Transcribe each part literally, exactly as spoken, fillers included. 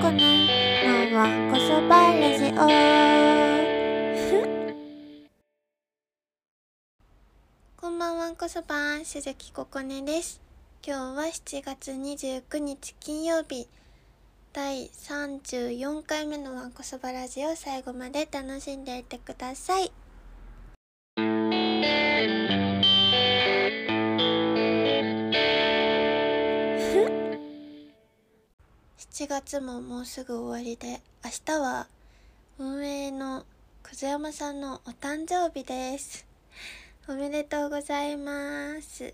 こねのわんこそばラジオこんばんはんこそば、鈴木ここねです。今日はしちがつにじゅうくにち金曜日、だいさんじゅうよんかいめのわんこそばラジオ、最後まで楽しんでいってください。しちがつももうすぐ終わりで、明日は運営のくずやまさんのお誕生日です。おめでとうございます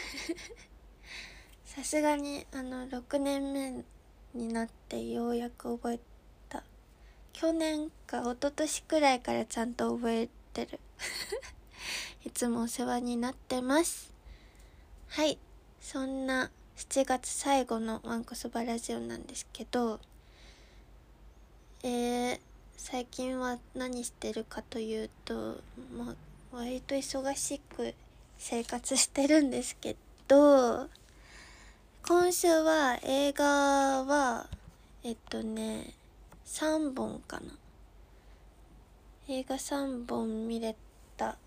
さすがにあのろくねんめになってようやく覚えた。去年か一昨年くらいからちゃんと覚えてるいつもお世話になってます。はい、そんなしちがつ最後のわんこそばラジオなんですけど、えー、最近は何してるかというと、まあ割と忙しく生活してるんですけど、今週は映画はえっとねさんぼんかな。映画さんぼん見れた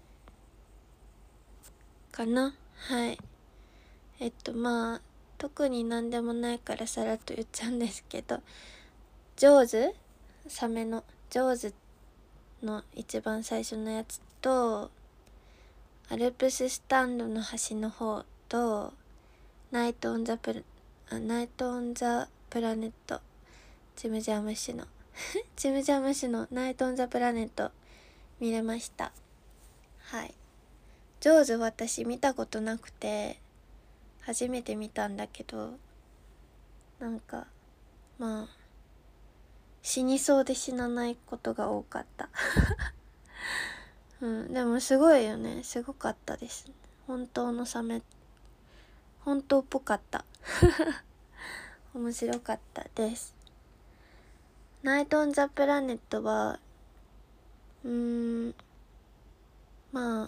かな。はい。えっとまあ特になんでもないからさらっと言っちゃうんですけど、ジョーズサメのジョーズの一番最初のやつと、アルプススタンドの端の方と、ナイトオンザプラナイトオンザプラネット、ジム・ジャームッシュのジム・ジャームッシュのナイトオンザプラネット見れました。はい。ジョーズ私見たことなくて初めて見たんだけど、なんかまあ死にそうで死なないことが多かったうん、でもすごいよね。すごかったです。本当のサメ、本当っぽかった面白かったです。ナイトオンザプラネットはうーんま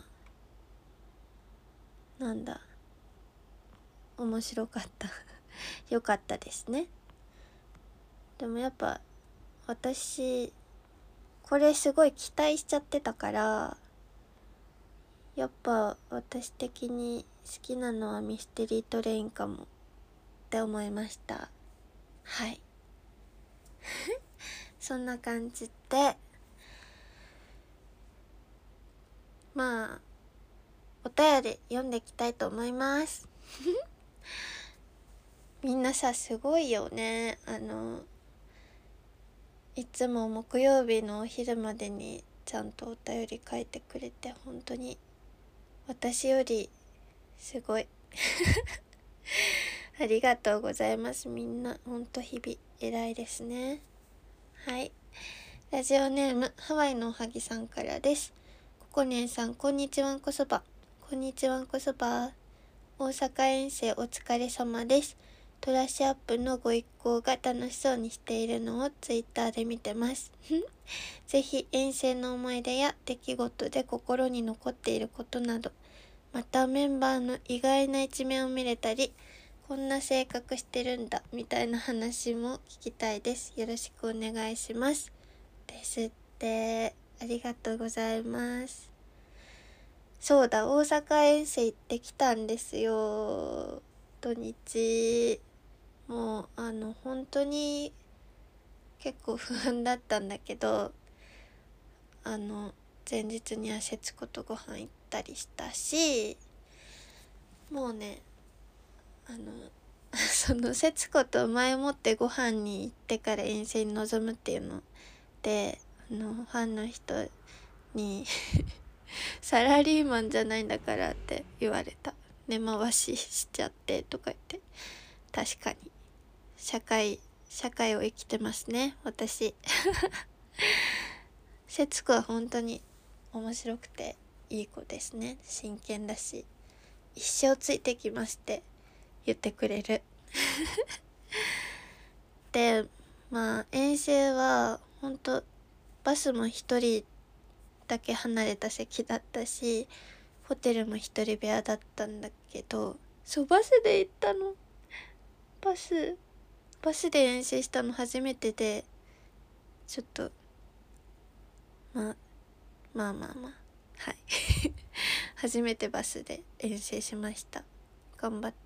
あなんだ面白かったよかったですね。でもやっぱ私これすごい期待しちゃってたから、やっぱ私的に好きなのはミステリートレインかもって思いました。はいそんな感じで、まあお便り読んでいきたいと思いますみんなさすごいよね。あのいつも木曜日のお昼までにちゃんとお便り書いてくれて、本当に私よりすごいありがとうございます。みんな本当日々偉いですね。はい、ラジオネームハワイのおはぎさんからです。ここねんさん、こんにちはんこそば。こんにちはんこそば。大阪遠征お疲れ様です。トラッシュアップのご一行が楽しそうにしているのをツイッターで見てますぜひ遠征の思い出や出来事で心に残っていることなど、またメンバーの意外な一面を見れたり、こんな性格してるんだみたいな話も聞きたいです。よろしくお願いしますですって。ありがとうございます。そうだ、大阪遠征行ってきたんですよ。土日もうあの本当に結構不安だったんだけど、あの前日には節子とご飯行ったりしたし、もうねあのその節子と前もってご飯に行ってから遠征に臨むっていうので、あのファンの人にサラリーマンじゃないんだからって言われた。根回ししちゃってとか言って、確かに社会社会を生きてますね私節子は本当に面白くていい子ですね。真剣だし、一生ついてきますって言ってくれるで、まあ遠征は本当バスも一人だけ離れた席だったし、ホテルも一人部屋だったんだけど、そうバスで行ったの。バスバスで遠征したの初めてで、ちょっとまあまあまあまあはい初めてバスで遠征しました。頑張った。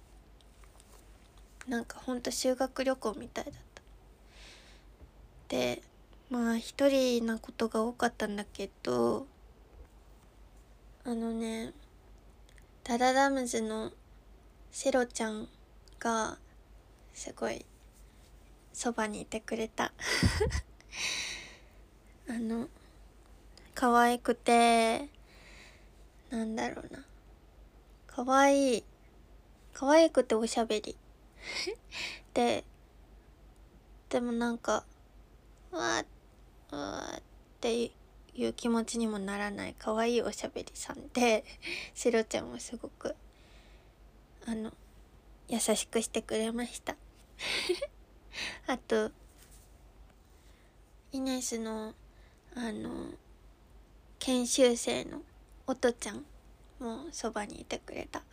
なんかほんと修学旅行みたいだった。でまあ一人なことが多かったんだけど、あのねダダダムズのシロちゃんがすごいそばにいてくれたあの可愛くて、なんだろうな、可愛い可愛くておしゃべりで、でもなんかわーわーっていう気持ちにもならない可愛いおしゃべりさんで、シロちゃんもすごくあの優しくしてくれましたあとイネスのあの研修生のおとちゃんもそばにいてくれた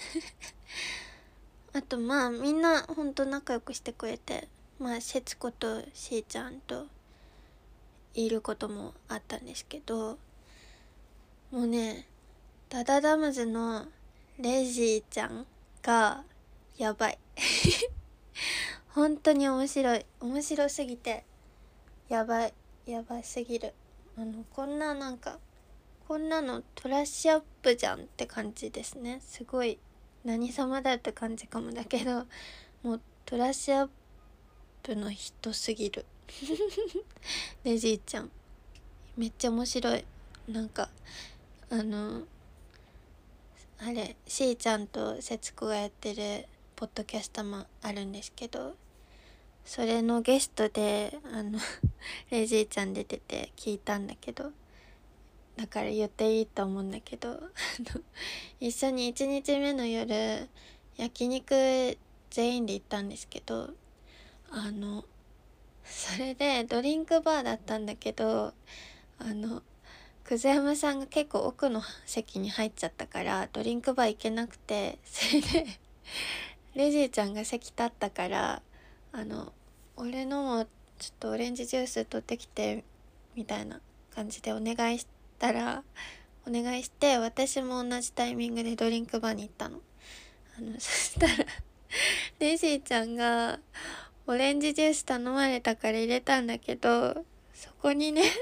あとまあみんなほんと仲良くしてくれて、まあ節子としーちゃんといることもあったんですけど、もうねダダダムズのレジーちゃんがやばい本当に面白い面白すぎてやばいやばすぎる。あのこんななんかこんなのトラッシュアップじゃんって感じですね。すごい何様だって感じかもだけど、もうトラッシュアップの人すぎるレジーちゃんめっちゃ面白い。なんかあのあれしーちゃんと節子がやってるポッドキャストもあるんですけど、それのゲストであのレジーちゃん出てて聞いたんだけど、だから言っていいと思うんだけど一緒にいちにちめの夜焼肉全員で行ったんですけど、あのそれでドリンクバーだったんだけど、あの久世山さんが結構奥の席に入っちゃったからドリンクバー行けなくて、それでレジーちゃんが席立ったから、あの俺のもちょっとオレンジジュース取ってきてみたいな感じでお願いしたら、お願いして私も同じタイミングでドリンクバーに行ったの。あのそしたらレジーちゃんがオレンジジュース頼まれたから入れたんだけど、そこにね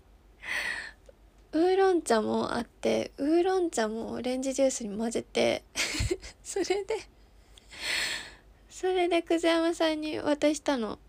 ウーロン茶もあって、ウーロン茶もオレンジジュースに混ぜてそれでそれで久世山さんに渡したの。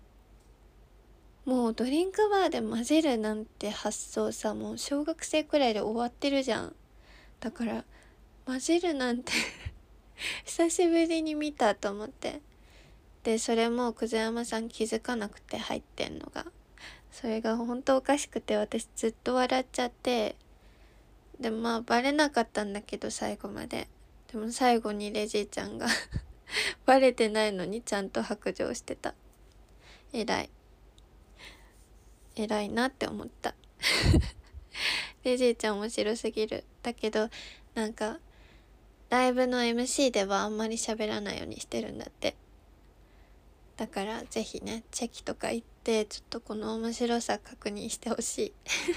もうドリンクバーで混ぜるなんて発想さ、もう小学生くらいで終わってるじゃん。だから混ぜるなんて久しぶりに見たと思って、でそれも久世山さん気づかなくて入ってんのが、それがほんとおかしくて私ずっと笑っちゃって、でまあバレなかったんだけど最後まで。でも最後にレジーちゃんがバレてないのにちゃんと白状してた。偉い偉いなって思ったレジーちゃん面白すぎる。だけどなんかライブの エムシー ではあんまり喋らないようにしてるんだって。だからぜひねチェキとか行ってちょっとこの面白さ確認してほしい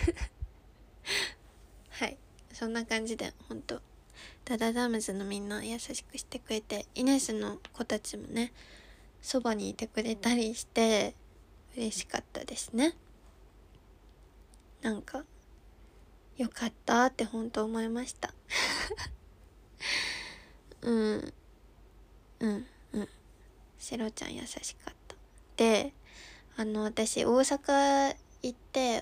はい、そんな感じでほんとダダダムズのみんな優しくしてくれて、イネスの子たちもねそばにいてくれたりして嬉しかったですね。なんかよかったってほんと思いましたうんうんうん、シロちゃん優しかった。であの私大阪行って、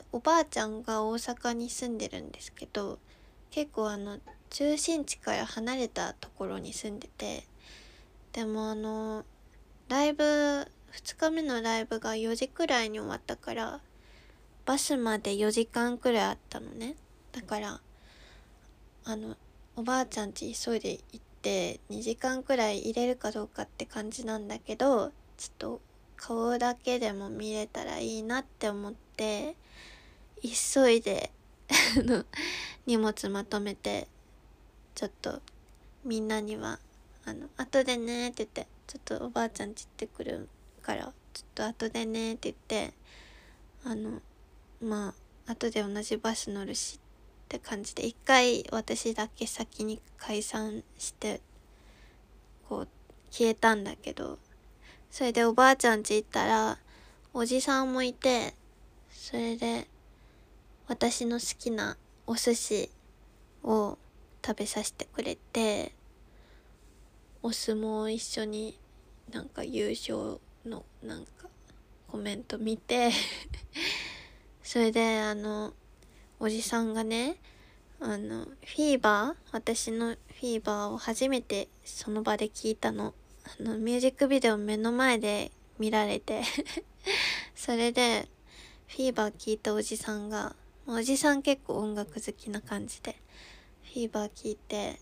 おばあちゃんが大阪に住んでるんですけど、結構あの中心地から離れたところに住んでて、でもあのライブふつかめのライブがよじくらいに終わったからバスまでよじかんくらいあったのね。だからあのおばあちゃん家急いで行ってにじかんくらい入れるかどうかって感じなんだけど、ちょっと顔だけでも見れたらいいなって思って急いで荷物まとめて、ちょっとみんなにはあの後でねって言ってちょっとおばあちゃんち行ってくるからちょっと後でねって言って、あのまあ後で同じバス乗るしって感じで一回私だけ先に解散してこう消えたんだけど、それでおばあちゃん家行ったらおじさんもいて、それで私の好きなお寿司を食べさせてくれて、お相撲一緒になんか優勝のなんかコメント見てそれであのおじさんがね、あのフィーバー私のフィーバーを初めてその場で聞いたの。あのミュージックビデオ目の前で見られてそれでフィーバー聞いたおじさんが、おじさん結構音楽好きな感じでフィーバー聞いて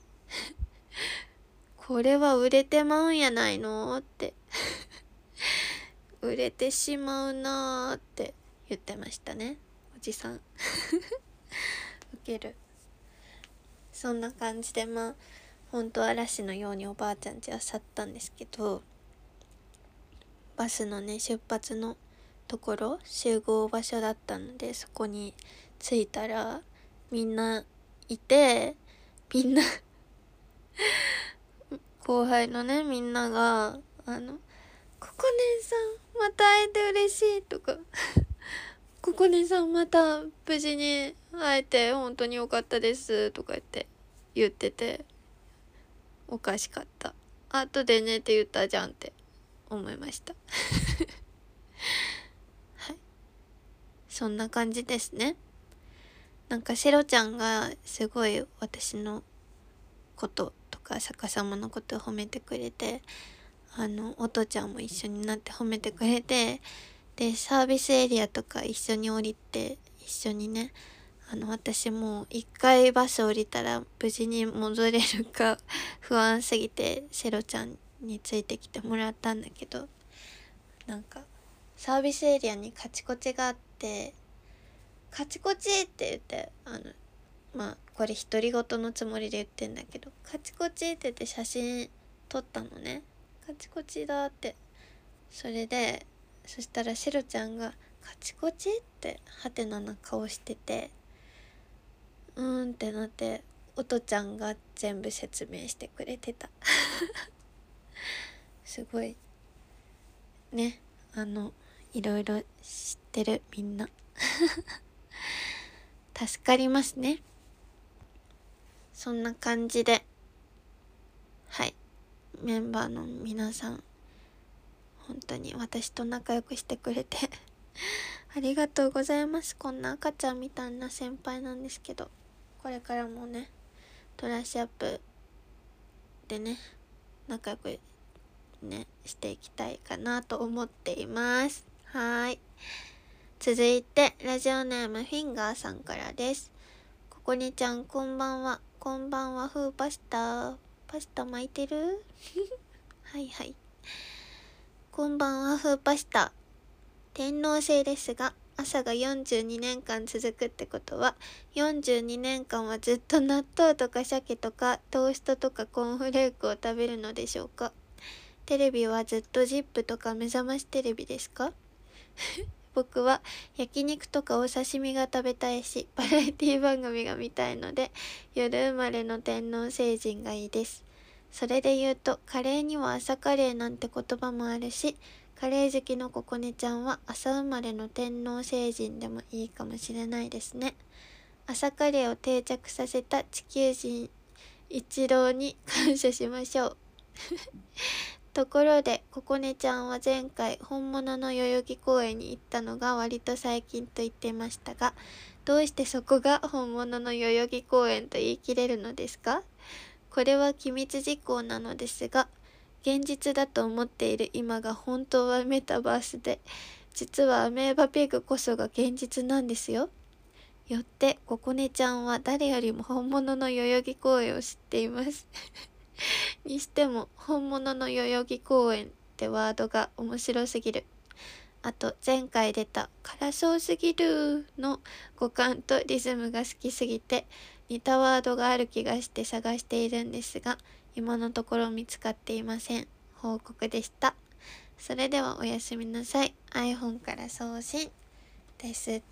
これは売れてまうんやないのって売れてしまうなーって言ってましたね、おじさんウケる。そんな感じで、まあほんと嵐のようにおばあちゃん家は去ったんですけど、バスのね出発のところ集合場所だったので、そこに着いたらみんないて、みんな後輩のねみんながあのここねんさんまた会えて嬉しいとかここねんさんまた無事に会えて本当に良かったですとか言って言ってて、おかしかった。後でねって言ったじゃんって思いましたはい、そんな感じですね。なんかセロちゃんがすごい私のこととか逆さまのことを褒めてくれて、あのおとちゃんも一緒になって褒めてくれて、でサービスエリアとか一緒に降りて一緒にね、あの私もう一回バス降りたら無事に戻れるか不安すぎてセロちゃんについてきてもらったんだけど、なんかサービスエリアにカチコチがあって、カチコチって言ってあのまあこれ独り言のつもりで言ってんだけど、カチコチって言って写真撮ったのね。カチコチだって。それでそしたらシロちゃんがカチコチってハテナな顔してて、うーんってなって、おとちゃんが全部説明してくれてたすごいね、あのいろいろ知ってるみんな助かりますね。そんな感じで、はい、メンバーの皆さん本当に私と仲良くしてくれてありがとうございます。こんな赤ちゃんみたいな先輩なんですけど、これからもねトラッシュアップでね仲良くねしていきたいかなと思っています。はい、続いてラジオネームフィンガーさんからです。ここねちゃんこんばんは。こんばんは。フーパスタパスタ巻いてるはいはい、こんばんは。フーパスタ。天皇制ですが朝がよんじゅうにねんかん続くってことはよんじゅうにねんかんはずっと納豆とか鮭とかトーストとかコーンフレークを食べるのでしょうか。テレビはずっとジップとか目覚ましテレビですか僕は焼肉とかお刺身が食べたいしバラエティ番組が見たいので夜生まれの天皇星人がいいです。それで言うとカレーには朝カレーなんて言葉もあるし、カレー好きのここねちゃんは朝生まれの天皇星人でもいいかもしれないですね。朝カレーを定着させた地球人一郎に感謝しましょうところでここねちゃんは前回本物の代々木公園に行ったのが割と最近と言っていましたが、どうしてそこが本物の代々木公園と言い切れるのですか。これは機密事項なのですが、現実だと思っている今が本当はメタバースで、実はアメーバピグこそが現実なんですよ。よってここねちゃんは誰よりも本物の代々木公園を知っていますにしても本物の代々木公園ってワードが面白すぎる。あと前回出た辛そうすぎるの語感とリズムが好きすぎて似たワードがある気がして探しているんですが、今のところ見つかっていません。 報告でした。それではおやすみなさい。 iPhone から送信ですって。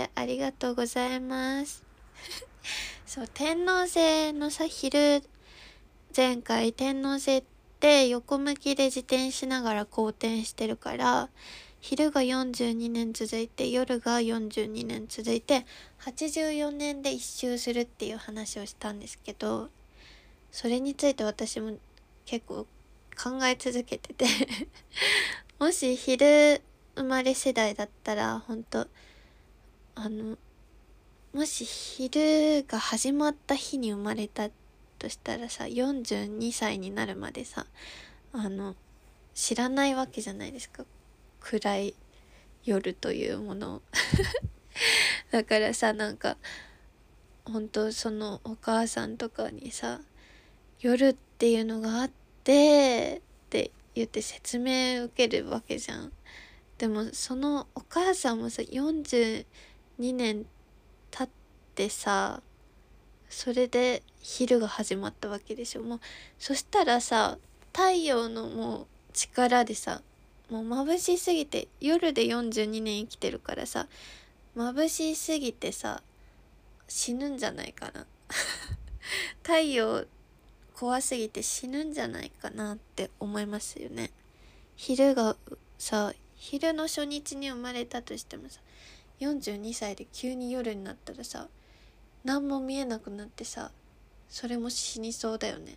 ありがとうございます。そう、天王星のさ、昼、前回天王星って横向きで自転しながら公転してるから、昼がよんじゅうにねん続いて夜がよんじゅうにねん続いてはちじゅうよねんで一周するっていう話をしたんですけど、それについて私も結構考え続けててもし昼生まれ世代だったら、ほんとあのもし昼が始まった日に生まれたとしたらさ、よんじゅうにさいになるまでさ、あの知らないわけじゃないですか、暗い夜というものをだからさ、なんか本当そのお母さんとかにさ、夜っていうのがあってって言って説明受けるわけじゃん。でもそのお母さんもさ、よんじゅうにねん経ってさ、それで昼が始まったわけでしょ。もうそしたらさ、太陽のもう力でさ、もう眩しすぎて、夜でよんじゅうにねん生きてるからさ、眩しすぎてさ死ぬんじゃないかな太陽怖すぎて死ぬんじゃないかなって思いますよね。昼がさ、昼の初日に生まれたとしてもさ、よんじゅうにさいで急に夜になったらさ、何も見えなくなってさ、それも死にそうだよね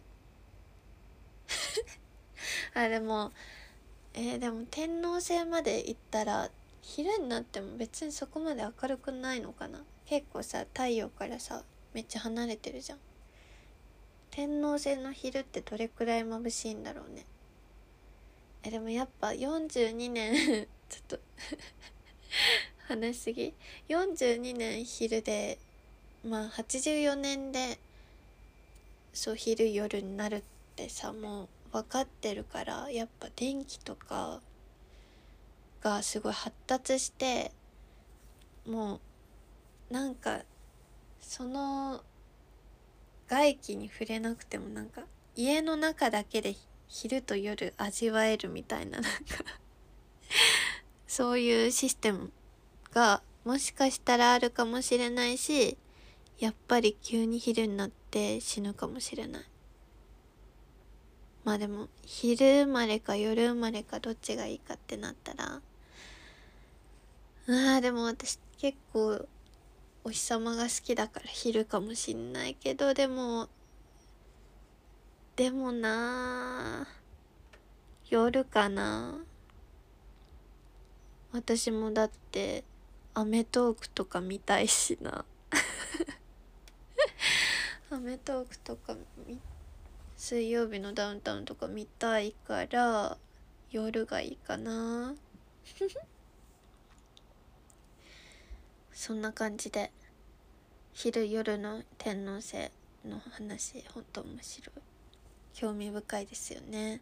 あ、でもえー、でも天王星まで行ったら昼になっても別にそこまで明るくないのかな。結構さ、太陽からさめっちゃ離れてるじゃん。天王星の昼ってどれくらい眩しいんだろうね。えでもやっぱよんじゅうにねんちょっと話しすぎ。よんじゅうにねん昼で、まあはちじゅうよねんでそう昼夜になるってさ、もう分かってるから、やっぱ電気とかがすごい発達して、もうなんかその外気に触れなくても、なんか家の中だけで昼と夜味わえるみたいな、なんかそういうシステムがもしかしたらあるかもしれないし、やっぱり急に昼になって死ぬかもしれない。まあでも昼生まれか夜生まれかどっちがいいかってなったら、あーでも私結構お日様が好きだから昼かもしんないけど、でもでもなあ夜かな。私もだってアメトーークとか見たいしなアメトーークとか水曜日のダウンタウンとか見たいから夜がいいかなそんな感じで昼夜の天王星の話、ほんと面白い、興味深いですよね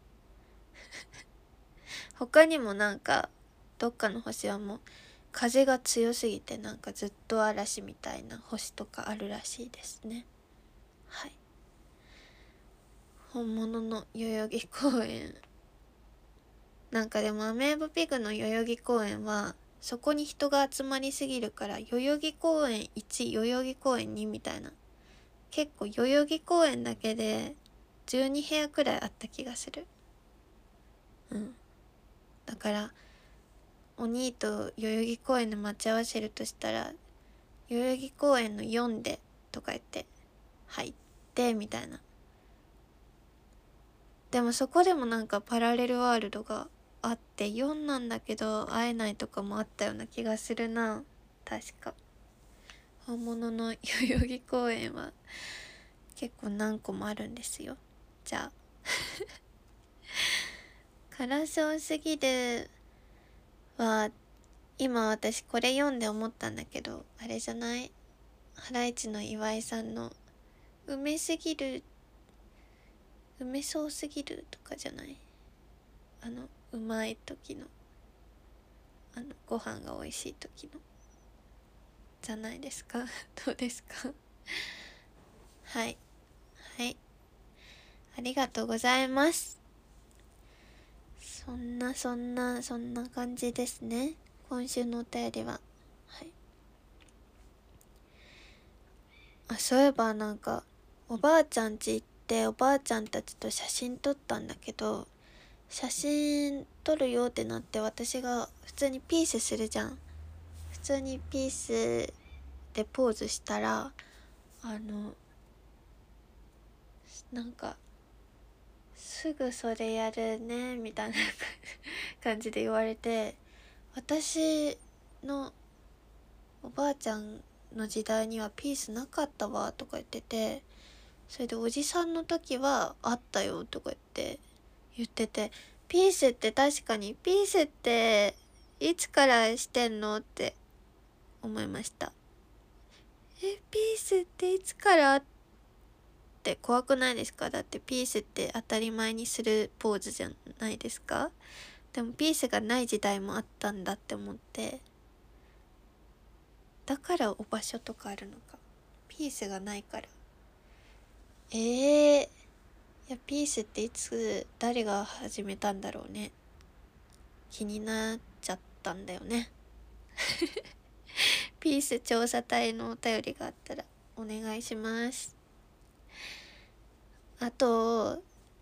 他にもなんかどっかの星はもう風が強すぎてなんかずっと嵐みたいな星とかあるらしいですね。はい。本物の代々木公園、なんかでもアメーバピグの代々木公園はそこに人が集まりすぎるから、代々木公園いち、代々木公園にみたいな、結構代々木公園だけでじゅうにへやくらいあった気がする。うんだからお兄と代々木公園で待ち合わせるとしたら、代々木公園のよんでとか言って入ってみたいな。でもそこでもなんかパラレルワールドがあってよんなんだけど会えないとかもあったような気がするな。確か本物の代々木公園は結構何個もあるんですよ。じゃあ辛そうすぎるは、今私これ読んで思ったんだけど、あれじゃない、ハライチの岩井さんのうめすぎる、うめそうすぎるとかじゃない、あのうまい時の、あのご飯が美味しい時のじゃないですかどうですかはいはい、ありがとうございます。 そんなそんなそんな感じですね、今週のお便りは。はい。あ、そういえばなんかおばあちゃん家行っておばあちゃんたちと写真撮ったんだけど、写真撮るよってなって私が普通にピースするじゃん。普通にピースでポーズしたら、あのなんかすぐそれやるねみたいな感じで言われて、私のおばあちゃんの時代にはピースなかったわとか言ってて、それでおじさんの時はあったよとか言って言ってて、ピースって確かにピースっていつからしてんのって思いました。え、ピースっていつからって怖くないですか？だってピースって当たり前にするポーズじゃないですか？でもピースがない時代もあったんだって思って、だからお場所とかあるのか。ピースがないから。えー、いやピースっていつ誰が始めたんだろうね。気になっちゃったんだよねピース調査隊のお便りがあったらお願いします。あと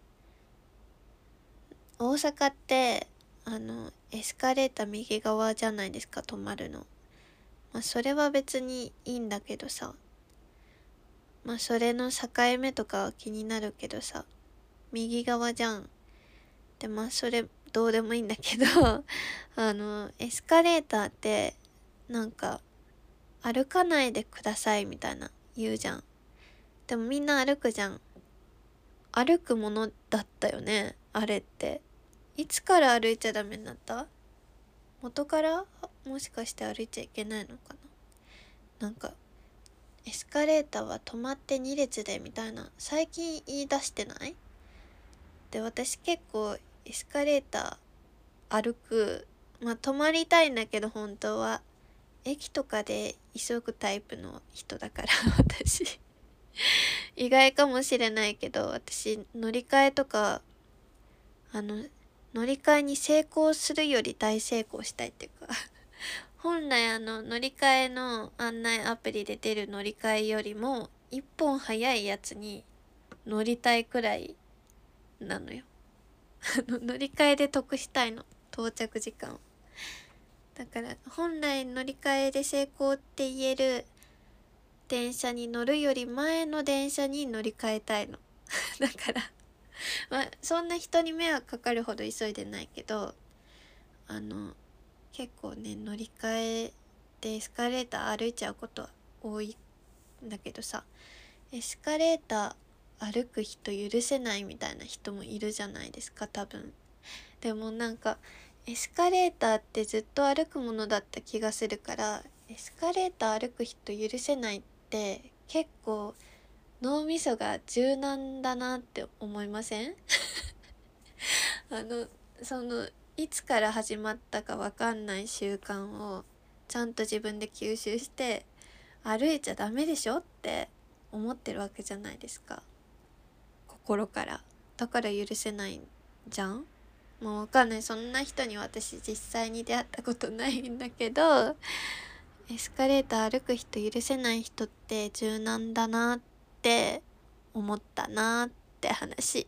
大阪ってあのエスカレーター右側じゃないですか、止まるの。まあそれは別にいいんだけどさ、まあそれの境目とかは気になるけどさ、右側じゃん。でまあそれどうでもいいんだけどあのエスカレーターってなんか歩かないでくださいみたいな言うじゃん。でもみんな歩くじゃん。歩くものだったよねあれって。いつから歩いちゃダメになった？元からもしかして歩いちゃいけないのかな。なんかエスカレーターは止まってに列でみたいな最近言い出してない？で私結構エスカレーター歩く、まあ止まりたいんだけど本当は駅とかで急ぐタイプの人だから私意外かもしれないけど、私乗り換えとかあの乗り換えに成功するより大成功したいっていうか本来あの乗り換えの案内アプリで出る乗り換えよりも一本早いやつに乗りたいくらいなのよあの乗り換えで得したいの、到着時間を。だから本来乗り換えで成功って言える電車に乗るより前の電車に乗り換えたいのだからまあそんな人に迷惑かかるほど急いでないけど、あの結構ね乗り換えでエスカレーター歩いちゃうことは多いんだけどさ、エスカレーター歩く人許せないみたいな人もいるじゃないですか多分。でもなんかエスカレーターってずっと歩くものだった気がするから、エスカレーター歩く人許せないって結構脳みそが柔軟だなって思いませんあのそのいつから始まったかわかんない習慣をちゃんと自分で吸収して歩いちゃダメでしょって思ってるわけじゃないですか、心から。だから許せないんじゃん。もうわかんない、そんな人に私実際に出会ったことないんだけど、エスカレーター歩く人許せない人って柔軟だなって思ったなって話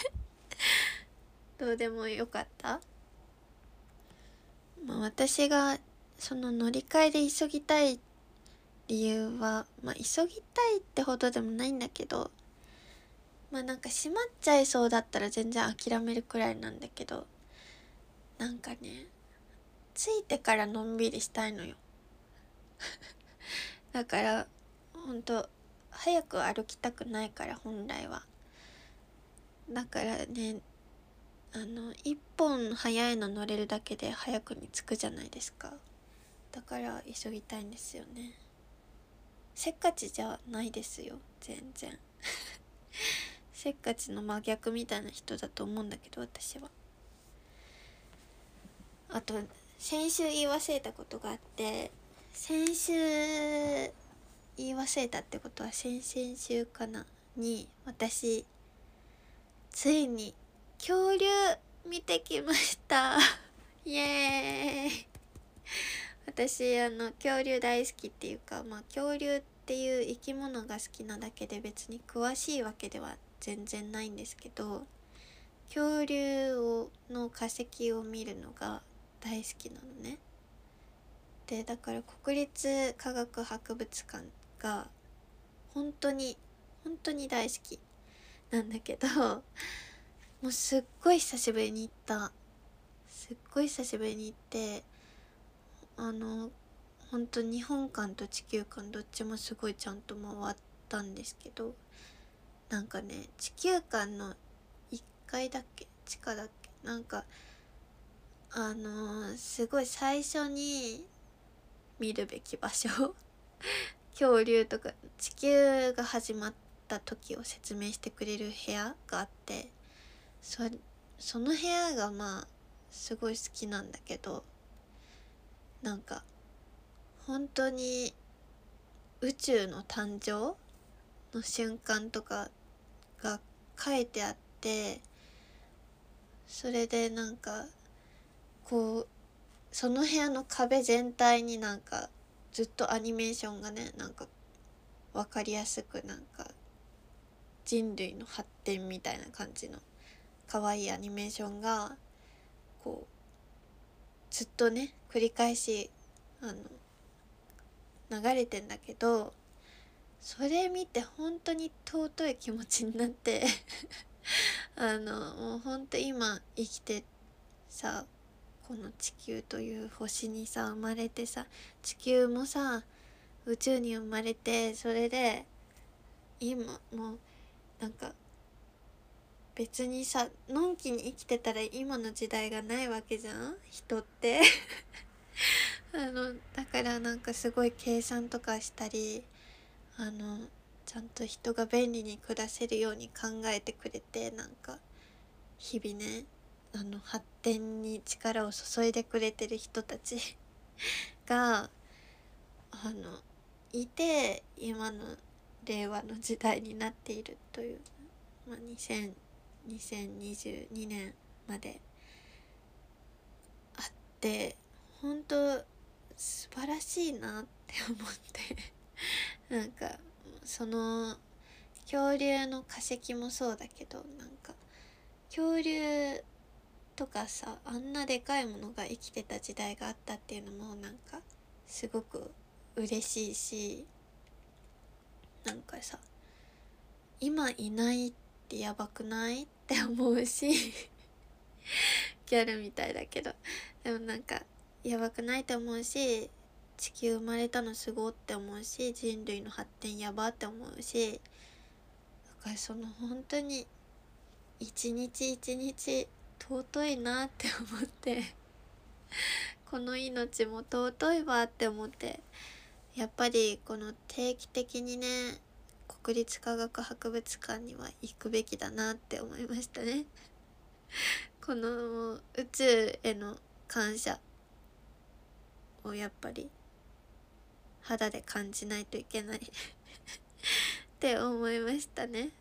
どうでもよかった。まあ、私がその乗り換えで急ぎたい理由は、まあ急ぎたいってほどでもないんだけど、まあなんか閉まっちゃいそうだったら全然諦めるくらいなんだけど、なんかね着いてからのんびりしたいのよだからほんと早く歩きたくないから本来は。だからねあの一本早いの乗れるだけで早くに着くじゃないですか。だから急ぎたいんですよね。せっかちじゃないですよ全然せっかちの真逆みたいな人だと思うんだけど私は。あと先週言い忘れたことがあって、先週言い忘れたってことは先々週かなに私ついに恐竜見てきましたイエーイ私あの恐竜大好きっていうか、まあ恐竜っていう生き物が好きなだけで別に詳しいわけでは全然ないんですけど、恐竜をの化石を見るのが大好きなのね。でだから国立科学博物館が本当に本当に大好きなんだけど、もうすっごい久しぶりに行ったすっごい久しぶりに行って、あの本当日本館と地球館どっちもすごいちゃんと回ったんですけど、なんかね地球館のいっかいだっけ地下だっけなんかあのー、すごい最初に見るべき場所恐竜とか地球が始まった時を説明してくれる部屋があって、そその部屋がまあすごい好きなんだけど、なんか本当に宇宙の誕生の瞬間とかが書いてあって、それでなんかこうその部屋の壁全体になんかずっとアニメーションがね、なんか分かりやすくなんか人類の発展みたいな感じの可愛いアニメーションがこうずっとね繰り返しあの流れてんだけど、それ見て本当に尊い気持ちになってあのもう本当今生きてさ、この地球という星にさ生まれてさ、地球もさ宇宙に生まれて、それで今もうなんか別にさのんきに生きてたら今の時代がないわけじゃん人ってあのだからなんかすごい計算とかしたり、あのちゃんと人が便利に暮らせるように考えてくれて、なんか日々ねあの発展に力を注いでくれてる人たちがあのいて、今の令和の時代になっているという、まあ、にせんにじゅうにねんまであって、本当素晴らしいなって思ってなんかその恐竜の化石もそうだけど、なんか恐竜とかさあんなでかいものが生きてた時代があったっていうのもなんかすごく嬉しいし、なんかさ今いないってやばくないって思うしギャルみたいだけど、でもなんかやばくないって思うし、地球生まれたのすごって思うし、人類の発展やばって思うし、だからその本当に一日一日尊いなって思ってこの命も尊いわって思って、やっぱりこの定期的にね国立科学博物館には行くべきだなって思いましたねこの宇宙への感謝をやっぱり肌で感じないといけないって思いましたね。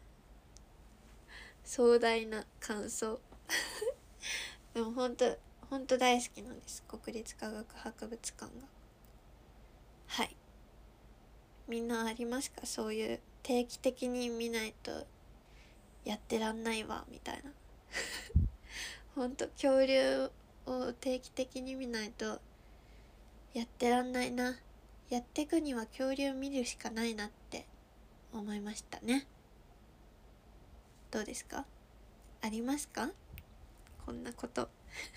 壮大な感想でも本当本当大好きなんです、国立科学博物館が。はい、みんなありますか、そういう定期的に見ないとやってらんないわみたいなほんと恐竜を定期的に見ないとやってらんないな、やってくには恐竜見るしかないなって思いましたね。どうですか、ありますかこんなこと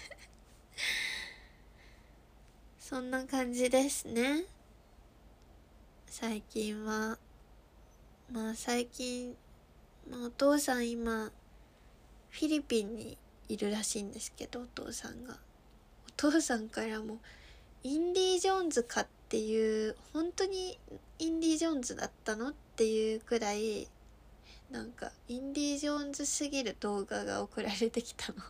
そんな感じですね最近は。まあ最近、まあ、お父さん今フィリピンにいるらしいんですけど、お父さんがお父さんからもインディ・ジョーンズかっていう、本当にインディ・ジョーンズだったのっていうくらいなんかインディ・ジョーンズすぎる動画が送られてきたの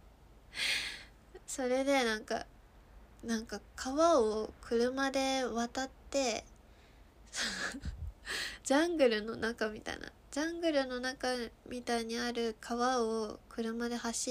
それでなんかなんか川を車で渡ってジャングルの中みたいなジャングルの中みたいにある川を車で走っ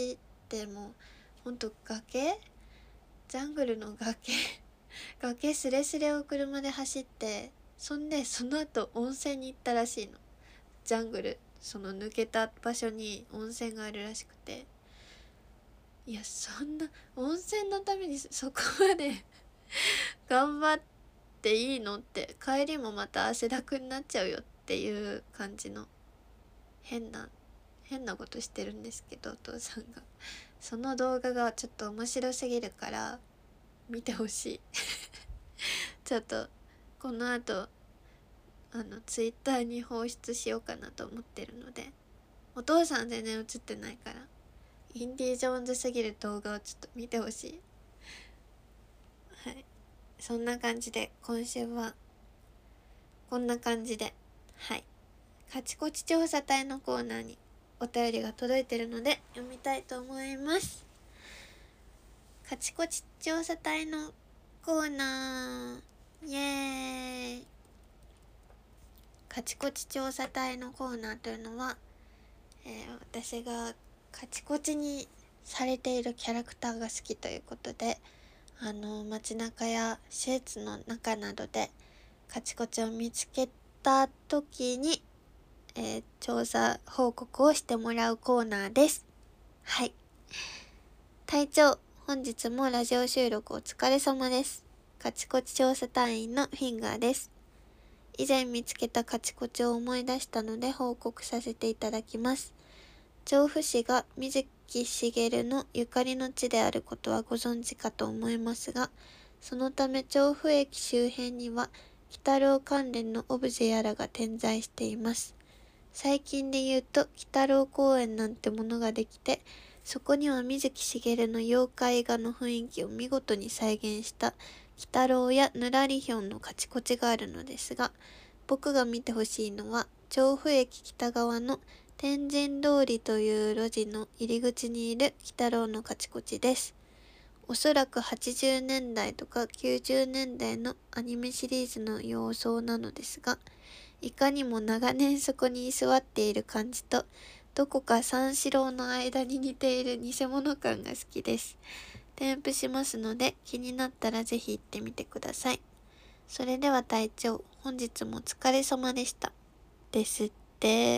てもうほんと崖ジャングルの崖崖スレスレを車で走って、そんでその後温泉に行ったらしいの。ジャングルその抜けた場所に温泉があるらしくて、いやそんな温泉のためにそこまで頑張っていいのって、帰りもまた汗だくになっちゃうよっていう感じの変な変なことしてるんですけど、お父さんがその動画がちょっと面白すぎるから見てほしいちょっとこの後あのツイッターに放出しようかなと思ってるので、お父さん全然映ってないからインディ・ジョーンズすぎる動画をちょっと見てほしい。はい、そんな感じで今週はこんな感じで、はい、カチコチ調査隊のコーナーにお便りが届いてるので読みたいと思います。カチコチ調査隊のコーナー、イエーイ。カチコチ調査隊のコーナーというのは、えー、私がカチコチにされているキャラクターが好きということで、あの街中や施設の中などでカチコチを見つけた時に、えー、調査報告をしてもらうコーナーです。はい。隊長、本日もラジオ収録お疲れ様です。カチコチ調査隊員のフィンガーです。以前見つけたカチコチを思い出したので報告させていただきます。調布市が水木しげるのゆかりの地であることはご存知かと思いますが、そのため調布駅周辺には鬼太郎関連のオブジェやらが点在しています。最近で言うと鬼太郎公園なんてものができて、そこには水木しげるの妖怪画の雰囲気を見事に再現した鬼太郎やぬらりひょんのカチコチがあるのですが、僕が見てほしいのは調布駅北側の天神通りという路地の入り口にいる鬼太郎のカチコチです。おそらくはちじゅうねんだいとかきゅうじゅうねんだいのアニメシリーズの様相なのですが、いかにも長年そこに居座っている感じと、どこか三四郎の間に似ている偽物感が好きです。添付しますので、気になったらぜひ行ってみてください。それでは隊長、本日もお疲れ様でした。ですって。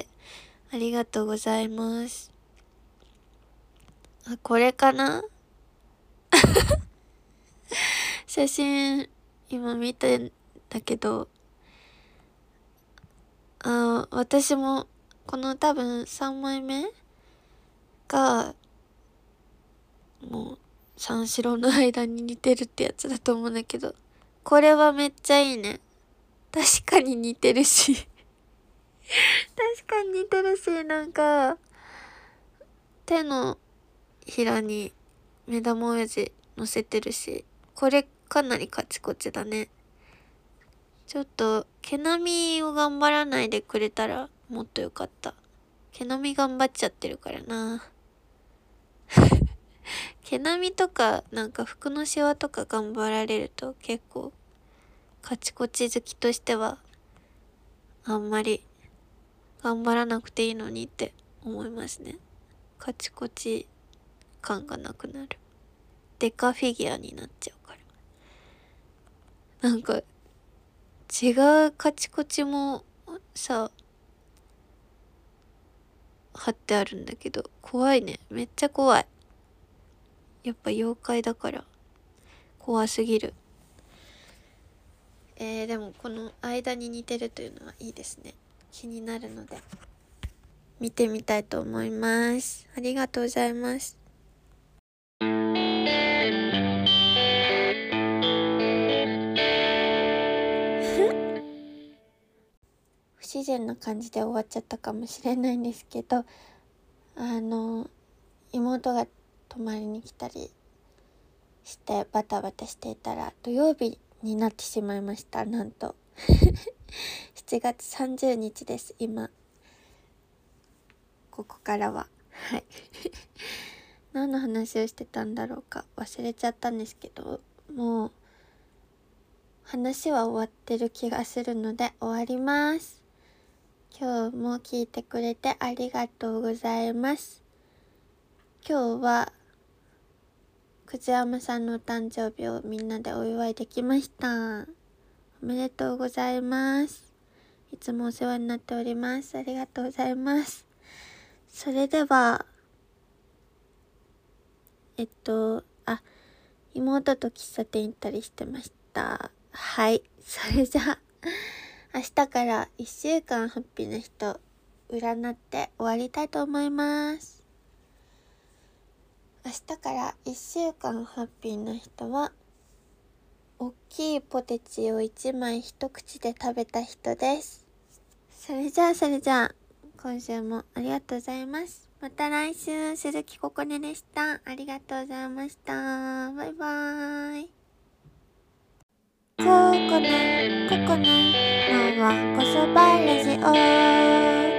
ありがとうございます。あ、これかな写真、今見てんだけど、あ、私も、この多分さんまいめが、もう、三四郎の間に似てるってやつだと思うんだけど、これはめっちゃいいね。確かに似てるし。確かに似てるし、なんか、手のひらに目玉親父乗せてるし、これかなりカチコチだね。ちょっと、毛並みを頑張らないでくれたらもっとよかった。毛並み頑張っちゃってるからな。毛並みとか、なんか服のシワとか頑張られると結構、カチコチ好きとしては、あんまり頑張らなくていいのにって思いますね。カチコチ感がなくなる。デカフィギュアになっちゃうから。なんか、違うカチコチもさ、貼ってあるんだけど、怖いね。めっちゃ怖い。やっぱ妖怪だから、怖すぎる。えー、でもこの間に似てるというのはいいですね。気になるので、見てみたいと思います。ありがとうございます。不自然な感じで終わっちゃったかもしれないんですけど、あの妹が泊まりに来たりしてバタバタしていたら土曜日になってしまいました。なんとしちがつさんじゅうにちです。今ここからははい何の話をしてたんだろうか忘れちゃったんですけど、もう話は終わってる気がするので終わります。今日も聞いてくれてありがとうございます。今日はくず山さんのお誕生日をみんなでお祝いできました。おめでとうございます。いつもお世話になっております。ありがとうございます。それでは、えっと、あ、妹と喫茶店行ったりしてました。はい。それじゃあ、明日からいっしゅうかんハッピーな人、占って終わりたいと思います。明日からいっしゅうかんハッピーな人は、おっきいポテチをいちまい一口で食べた人です。それじゃあそれじゃあ、今週もありがとうございます。また来週、鈴木ここねでした。ありがとうございました。バイバーイ。ここね、ここね、のはこそばラジオ。